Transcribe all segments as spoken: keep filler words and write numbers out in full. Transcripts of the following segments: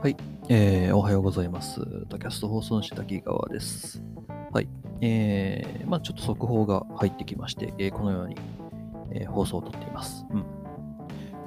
はい、えー、おはようございます。タキャスト放送主滝川です。はい、えー、まあちょっと速報が入ってきまして、えーこのように、えー放送を撮っています。うん。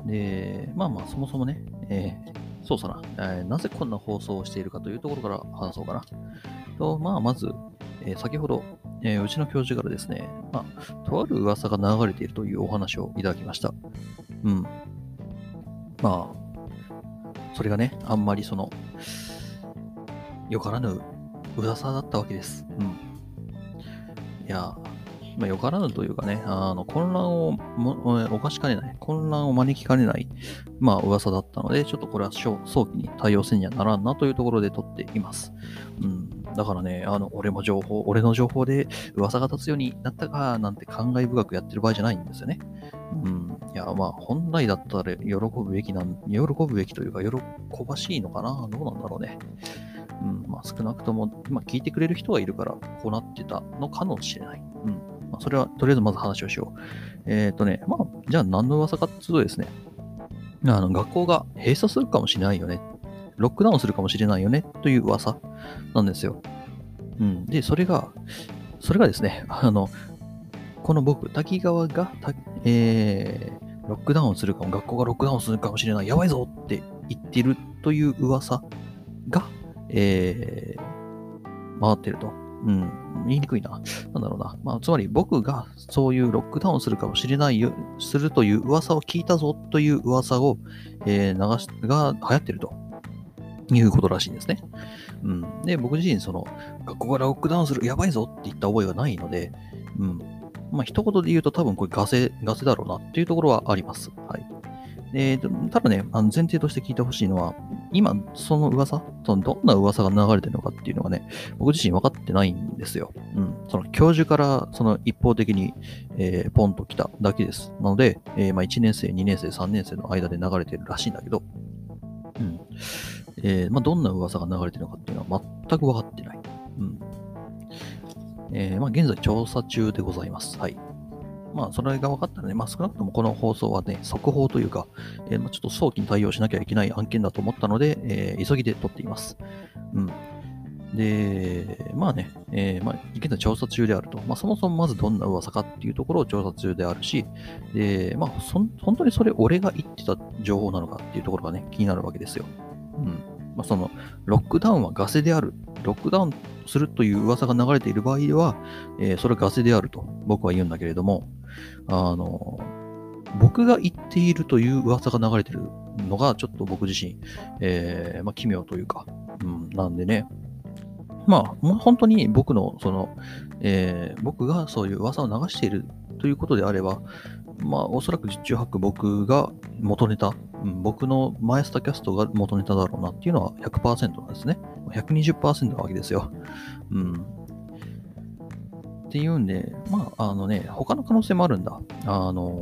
で、まあまあそもそもね、えーそうさな、えーなぜこんな放送をしているかというところから話そうかな。と、まあまず、えー先ほど、えーうちの教授からですね、まあ、とある噂が流れているというお話をいただきました。うん。まあ、それがね、あんまりその、よからぬ噂だったわけです。うん。いや、まあ、よからぬというかね、あの、混乱をも、えー犯しかねない、混乱を招きかねない、まあ、噂だったので、ちょっとこれは早早期に対応せんにはならんなというところで取っています。うん。だからね、あの、俺も情報、俺の情報で噂が立つようになったか、なんて感慨深くやってる場合じゃないんですよね。うん。いや、まあ、本来だったら喜ぶべきなん、喜ぶべきというか、喜ばしいのかな、どうなんだろうね。うん、まあ、少なくとも、まあ、聞いてくれる人がいるから、こうなってたのかもしれない。うん。まあ、それは、とりあえずまず話をしよう。えっ、ー、とね、まあ、じゃあ何の噂かっていうとですね、あの、学校が閉鎖するかもしれないよね。ロックダウンするかもしれないよね、という噂なんですよ。うん。で、それが、それがですね、あの、この僕、滝川が、えー、ロックダウンするかも、学校がロックダウンするかもしれない、やばいぞって言ってるという噂が、えー、回ってると。うん。言いにくいな。なんだろうな。まあ、つまり僕がそういうロックダウンするかもしれないよ、するという噂を聞いたぞという噂を、えー、流し、が流行ってるということらしいんですね。うん。で、僕自身、その、学校がロックダウンする、やばいぞって言った覚えがないので、うん。まあ、一言で言うと多分これガセ、ガセだろうなっていうところはあります。はい。えー、ただね、あの前提として聞いてほしいのは、今、その噂、そのどんな噂が流れてるのかっていうのがね、僕自身分かってないんですよ。うん。その教授からその一方的に、えーポンと来ただけです。なので、えーまあ、いちねん生、にねん生、さんねん生の間で流れてるらしいんだけど、うん。えーまあ、どんな噂が流れてるのかっていうのは全く分かってない。うん。えーまあ、現在調査中でございます。はい。まあ、それが分かったらね、まあ、少なくともこの放送はね、速報というか、えーまあ、ちょっと早期に対応しなきゃいけない案件だと思ったので、えー急ぎで撮っています。うん。で、まあね、えーまあ、現在調査中であると。まあ、そもそもまずどんな噂かっていうところを調査中であるし、で、まあ、そん本当にそれ俺が言ってた情報なのかっていうところがね、気になるわけですよ。うん。まあ、その、ロックダウンはガセである。ロックダウンするという噂が流れている場合では、えーそれはガセであると僕は言うんだけれども、あの、僕が言っているという噂が流れてるのが、ちょっと僕自身、えーまあ、奇妙というか、うん、なんでね、まあ、もう本当に僕の、その、えー僕がそういう噂を流しているということであれば、まあ、おそらく十中八九僕が元ネタ、うん、僕のマイスタキャストが元ネタだろうなっていうのはひゃくパーセントなんですね。ひゃくにじゅっパーセントなわけですよ。うん。っていうんで、まあ、あのね、他の可能性もあるんだ。あの、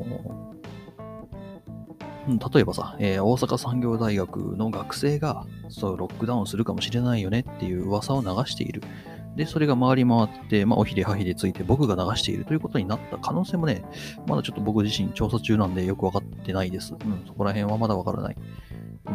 うん例えばさ、えー大阪産業大学の学生が、そう、ロックダウンするかもしれないよねっていう噂を流している。で、それが回り回って、まあ、おひれはひれついて僕が流しているということになった可能性もね、まだちょっと僕自身調査中なんでよくわかってないです。うん、そこら辺はまだわからない。うん。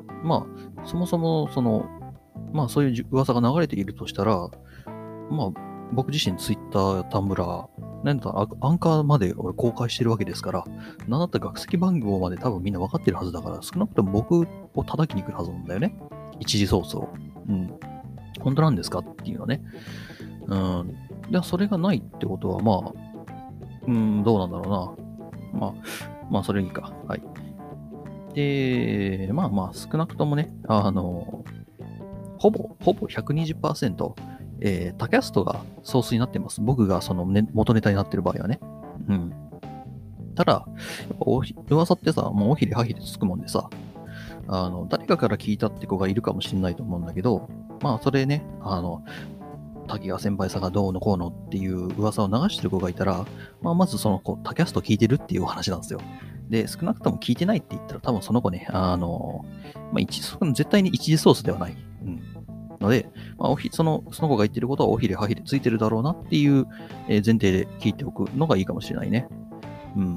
まあ、そもそも、その、まあ、そういう噂が流れているとしたら、まあ、僕自身ツイッター、タンブラー、なんだアアンカーまで俺公開してるわけですから、なんだったら学籍番号まで多分みんな分かってるはずだから、少なくとも僕を叩きに来るはずなんだよね。一時ソースを。うん。本当なんですかっていうのね。うん。で、それがないってことは、まあ、うん、どうなんだろうな。まあ、まあ、それいいか。はい。で、まあまあ、少なくともね、あの、ほぼ、ほぼひゃくにじゅっパーセント、えー、タキャストがソースになってます。僕がその、ね、元ネタになってる場合はね。うん。ただ、やっぱおひ噂ってさ、もうおひれはひれつくもんでさ、あの、誰かから聞いたって子がいるかもしれないと思うんだけど、まあ、それね、あの、滝川先輩さんがどうのこうのっていう噂を流してる子がいたら、まあ、まずその子、タキャスト聞いてるっていうお話なんですよ。で、少なくとも聞いてないって言ったら、多分その子ね、あの、まあ、一その絶対に一次ソースではない。うん。ので、まあ、おひそのその子が言ってることはおひれはひれついてるだろうなっていうえー前提で聞いておくのがいいかもしれないね。うん。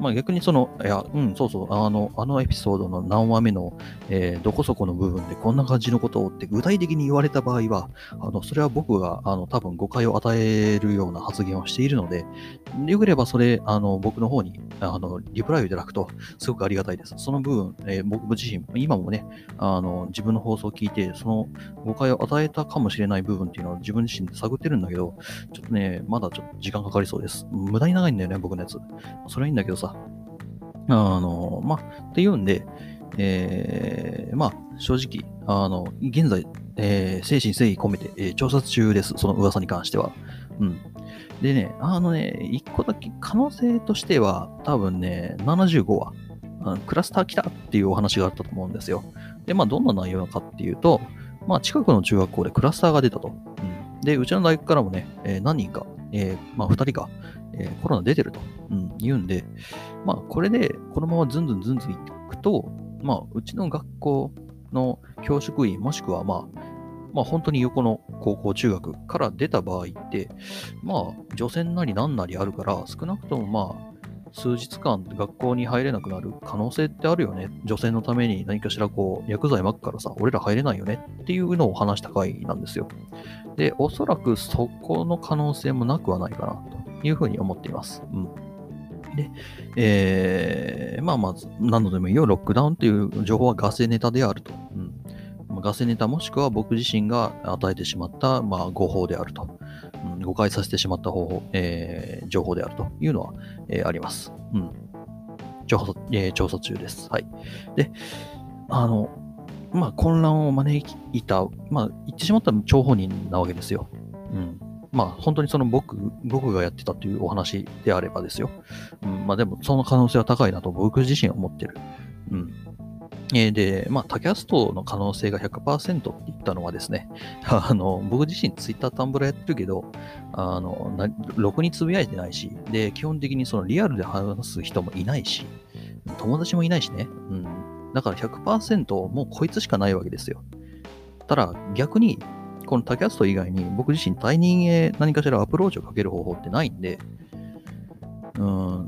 まあ逆にその、いや、うん、そうそう、あの、あのエピソードの何話目の、えーどこそこの部分でこんな感じのことをって具体的に言われた場合は、あの、それは僕が、あの、多分誤解を与えるような発言をしているので、よければそれ、あの、僕の方に、あの、リプライをいただくと、すごくありがたいです。その部分、えー僕自身、今もね、あの、自分の放送を聞いて、その誤解を与えたかもしれない部分っていうのを自分自身で探ってるんだけど、ちょっとね、まだちょっと時間かかりそうです。無駄に長いんだよね、僕のやつ。それはいいんだけどさ、あの、まあ、っていうんで、えー、まあ、正直、あの、現在、えー、精神誠意込めて、えー調査中です。その噂に関しては。うん。でね、あのね、一個だけ可能性としては、多分ね、ななじゅうごわ、あのクラスター来たっていうお話があったと思うんですよ。で、まあ、どんな内容かっていうと、まあ、近くの中学校でクラスターが出たと。うん、で、うちの大学からもね、えー何人か、えーまあ、ふたりか、えーコロナ出てると、うん、言うんで、まあ、これで、このままずんずんずんずんいくと、まあ、うちの学校の教職員、もしくは、まあ、まあ、本当に横の高校、中学から出た場合って、まあ、除染なりなんなりあるから、少なくともまあ、数日間学校に入れなくなる可能性ってあるよね。除染のために何かしらこう、薬剤撒くからさ、俺ら入れないよねっていうのを話した回なんですよ。で、おそらくそこの可能性もなくはないかなというふうに思っています。うん。で、えー、まあまず、何度でもいいよ、ロックダウンという情報はガセネタであると。うん。まあガセネタもしくは僕自身が与えてしまった、まあ、誤報であると。うん、誤解させてしまった方法、えー情報であるというのは、えーあります。うん。調査、えー調査中です。はい。で、あの、まあ、混乱を招いた、まあ、言ってしまったら張本人なわけですよ。うん。まあ、本当にその僕、僕がやってたというお話であればですよ。うん、まあ、でも、その可能性は高いなと僕自身は思ってる。うん。えーで、まあ、タキャストの可能性がひゃくパーセントって言ったのはですね、あの、僕自身ツイッター、タンブラやってるけど、あの、なろくにつぶやいてないし、で、基本的にそのリアルで話す人もいないし、友達もいないしね。うん。だからひゃくパーセントもうこいつしかないわけですよ。ただ逆に、このタキャスト以外に僕自身対人へ何かしらアプローチをかける方法ってないんで、うん、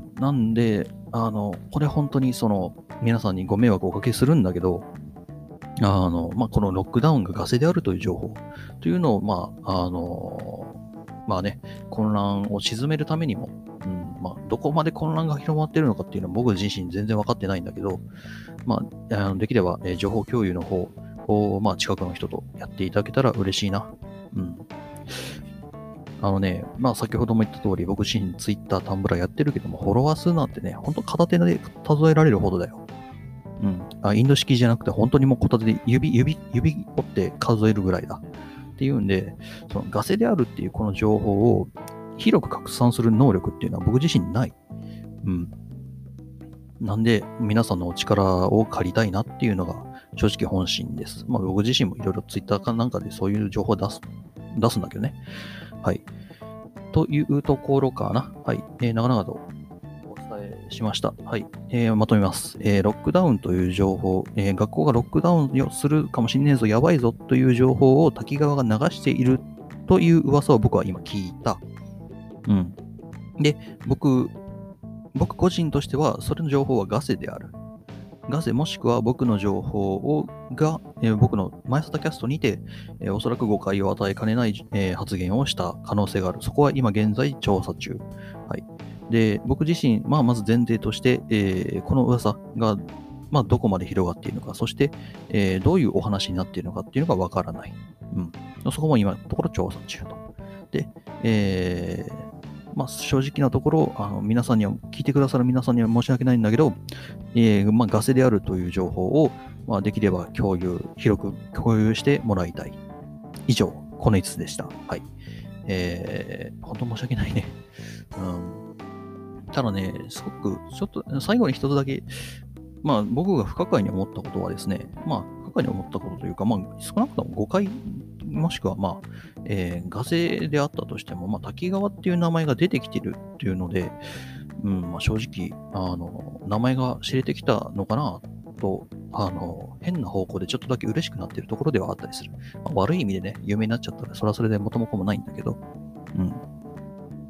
なんで、あの、これ本当にその、皆さんにご迷惑をおかけするんだけど、あの、まあ、このロックダウンがガセであるという情報というのを、まあ、あの、まあね、混乱を鎮めるためにも、うんまあ、どこまで混乱が広まっているのかっていうのは僕自身全然分かってないんだけど、まあ、あのできれば、えー情報共有の方を、まあ、近くの人とやっていただけたら嬉しいな。うん。あのね、まあ、先ほども言った通り、僕自身ツイッター、タンブラーやってるけども、フォロワー数なんてね、ほんと片手で数えられるほどだよ。うん。あ、インド式じゃなくて、本当にもう片手で指、指、指折って数えるぐらいだ。っていうんで、そのガセであるっていうこの情報を広く拡散する能力っていうのは僕自身にない。うん。なんで、皆さんのお力を借りたいなっていうのが正直本心です。まあ僕自身もいろいろツイッターかなんかでそういう情報を出す、出すんだけどね。はい。というところかな。はい。えー、長々とお伝えしました。はい。えーまとめます。えーロックダウンという情報、えー学校がロックダウンをするかもしれないぞ、やばいぞという情報を滝川が流しているという噂を僕は今聞いた。うん。で、僕、僕個人としては、それの情報はガセである。ガセもしくは僕の情報をが、えー僕のマイスタキャストにて、えーおそらく誤解を与えかねない、えー発言をした可能性がある。そこは今現在調査中。はい。で、僕自身、まあ、まず前提として、えーこの噂が、まあ、どこまで広がっているのか、そして、えーどういうお話になっているのかっていうのがわからない。うん。そこも今のところ調査中と。で、えーまあ、正直なところ、あの皆さんには、聞いてくださる皆さんには申し訳ないんだけど、えーまあ、ガセであるという情報を、まあ、できれば共有、広く共有してもらいたい。以上、このいつつでした。はい。えー、本当申し訳ないね。うん。ただね、すごく、ちょっと、最後に一つだけ、まあ、僕が不可解に思ったことはですね、まあ、不可解に思ったことというか、まあ、少なくとも誤解、もしくは、まあ、えー、ガセであったとしても、まあ、滝川っていう名前が出てきてるっていうので、うんまあ、正直あの、名前が知れてきたのかなと、あの変な方向でちょっとだけ嬉しくなっているところではあったりする。まあ、悪い意味でね、有名になっちゃったら、それはそれで元も子もないんだけど、うん。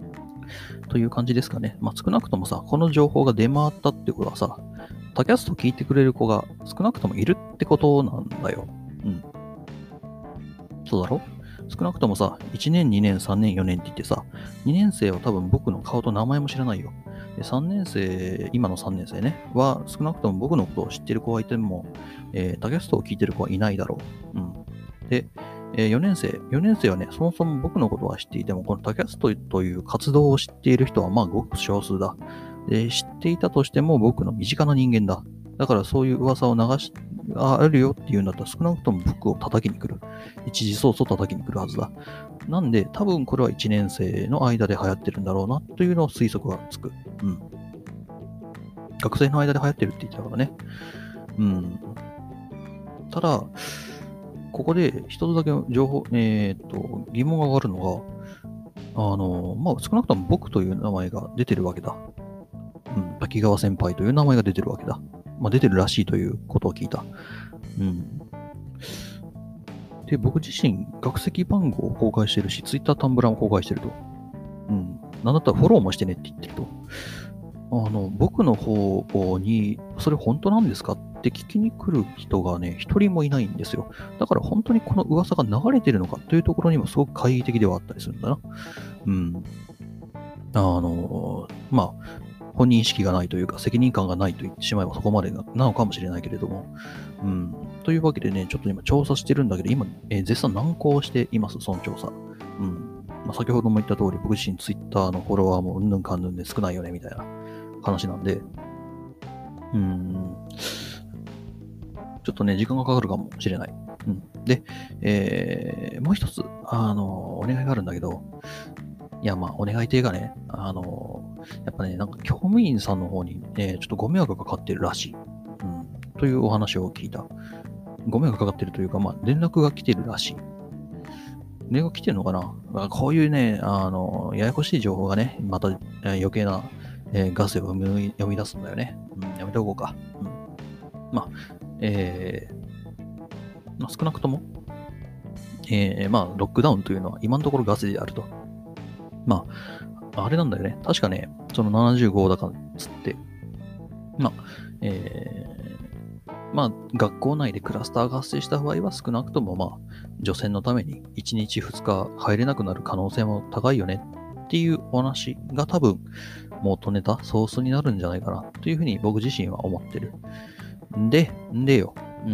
という感じですかね。まあ、少なくともさ、この情報が出回ったってことはさ、タキャスト聞いてくれる子が少なくともいるってことなんだよ。うん。そうだろ？少なくともさ、いちねん、にねん、さんねん、よねんって言ってさ、にねん生は多分僕の顔と名前も知らないよ。でさんねん生、今のさんねん生ね、は少なくとも僕のことを知ってる子がいても、えー、タキャストを聞いてる子はいないだろう。うん。で、えー、よねん生、よねん生はね、そもそも僕のことは知っていても、このタキャストという活動を知っている人はまあごく少数だ。で、知っていたとしても僕の身近な人間だ。だからそういう噂を流し、ああるよっていうんだったら少なくとも僕を叩きに来る。一時ソースを叩きに来るはずだ。なんで、多分これはいちねん生の間で流行ってるんだろうなというのを推測がつく。うん。学生の間で流行ってるって言ってたからね。うん。ただ、ここで一つだけ情報、えー、っと、疑問が上がるのが、あの、まあ、少なくとも僕という名前が出てるわけだ。うん。滝川先輩という名前が出てるわけだ。まあ、出てるらしいということを聞いた。うん。で、僕自身、学籍番号を公開してるし、Twitter、タンブラーも公開してると。うん。なんだったらフォローもしてねって言ってると。あの、僕の方に、それ本当なんですかって聞きに来る人がね、一人もいないんですよ。だから本当にこの噂が流れてるのかというところにもすごく懐疑的ではあったりするんだな。うん。あの、まあ、本人意識がないというか、責任感がないと言ってしまえばそこまでなのかもしれないけれども。うん。というわけでね、ちょっと今調査してるんだけど、今、えー絶賛難航しています、その調査。うん。まあ、先ほども言った通り、僕自身 Twitter のフォロワーもうんぬんかんぬんで少ないよね、みたいな話なんで、うーん、ちょっとね、時間がかかるかもしれない。うん。で、えー、もう一つ、あの、お願いがあるんだけど、いや、まあ、お願いというかね、あの、やっぱね、なんか、教務員さんの方にね、ちょっとご迷惑がかかってるらしい。うん。というお話を聞いた。ご迷惑がかかってるというか、まあ、連絡が来てるらしい。連絡来てるのかな？まあこういうね、あの、ややこしい情報がね、また、えー余計な、えーガスを生み生み出すんだよね。うん、やめておこうか。うん。まあ、えーまあ、少なくとも、えーまあ、ロックダウンというのは今のところガスであると。まあ、あれなんだよね。確かね、そのななじゅうごだかっつって、まあ、えーまあ、学校内でクラスターが発生した場合は少なくとも、まあ、除染のためにいちにちふつか入れなくなる可能性も高いよねっていうお話が多分元ネタ、ソースになるんじゃないかなというふうに僕自身は思ってる。んで、んでよ。うん。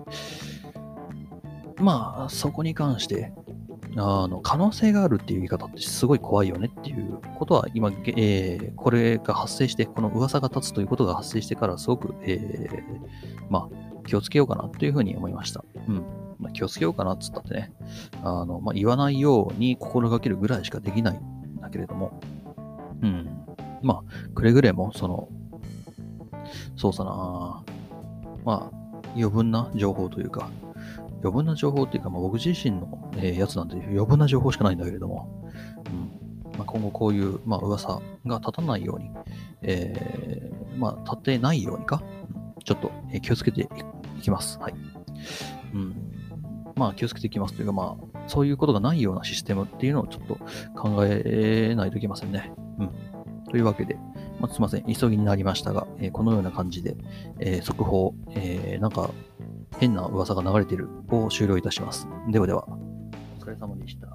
まあ、そこに関して、あの、可能性があるっていう言い方ってすごい怖いよねっていうことは、今、えーこれが発生して、この噂が立つということが発生してから、すごく、えーまあ、気をつけようかなというふうに思いました。うん。まあ、気をつけようかなっつったってね、あの、まあ、言わないように心がけるぐらいしかできないんだけれども、うん。まあ、くれぐれも、その、そうさな、まあ、余分な情報というか、余分な情報っていうか、まあ、僕自身の、えーやつなんで余分な情報しかないんだけれども、うんまあ、今後こういう、まあ、噂が立たないように、えーまあ、立ってないようにか、うんちょっと、えー気をつけていいきます。はい。うん。まあ、気をつけていきますというか、まあ、そういうことがないようなシステムっていうのをちょっと考えないといけませんね。うん。というわけで、まあ、すいません。急ぎになりましたが、えーこのような感じで、えー速報、えーなんか変な噂が流れているを終了いたします。ではでは、お疲れ様でした。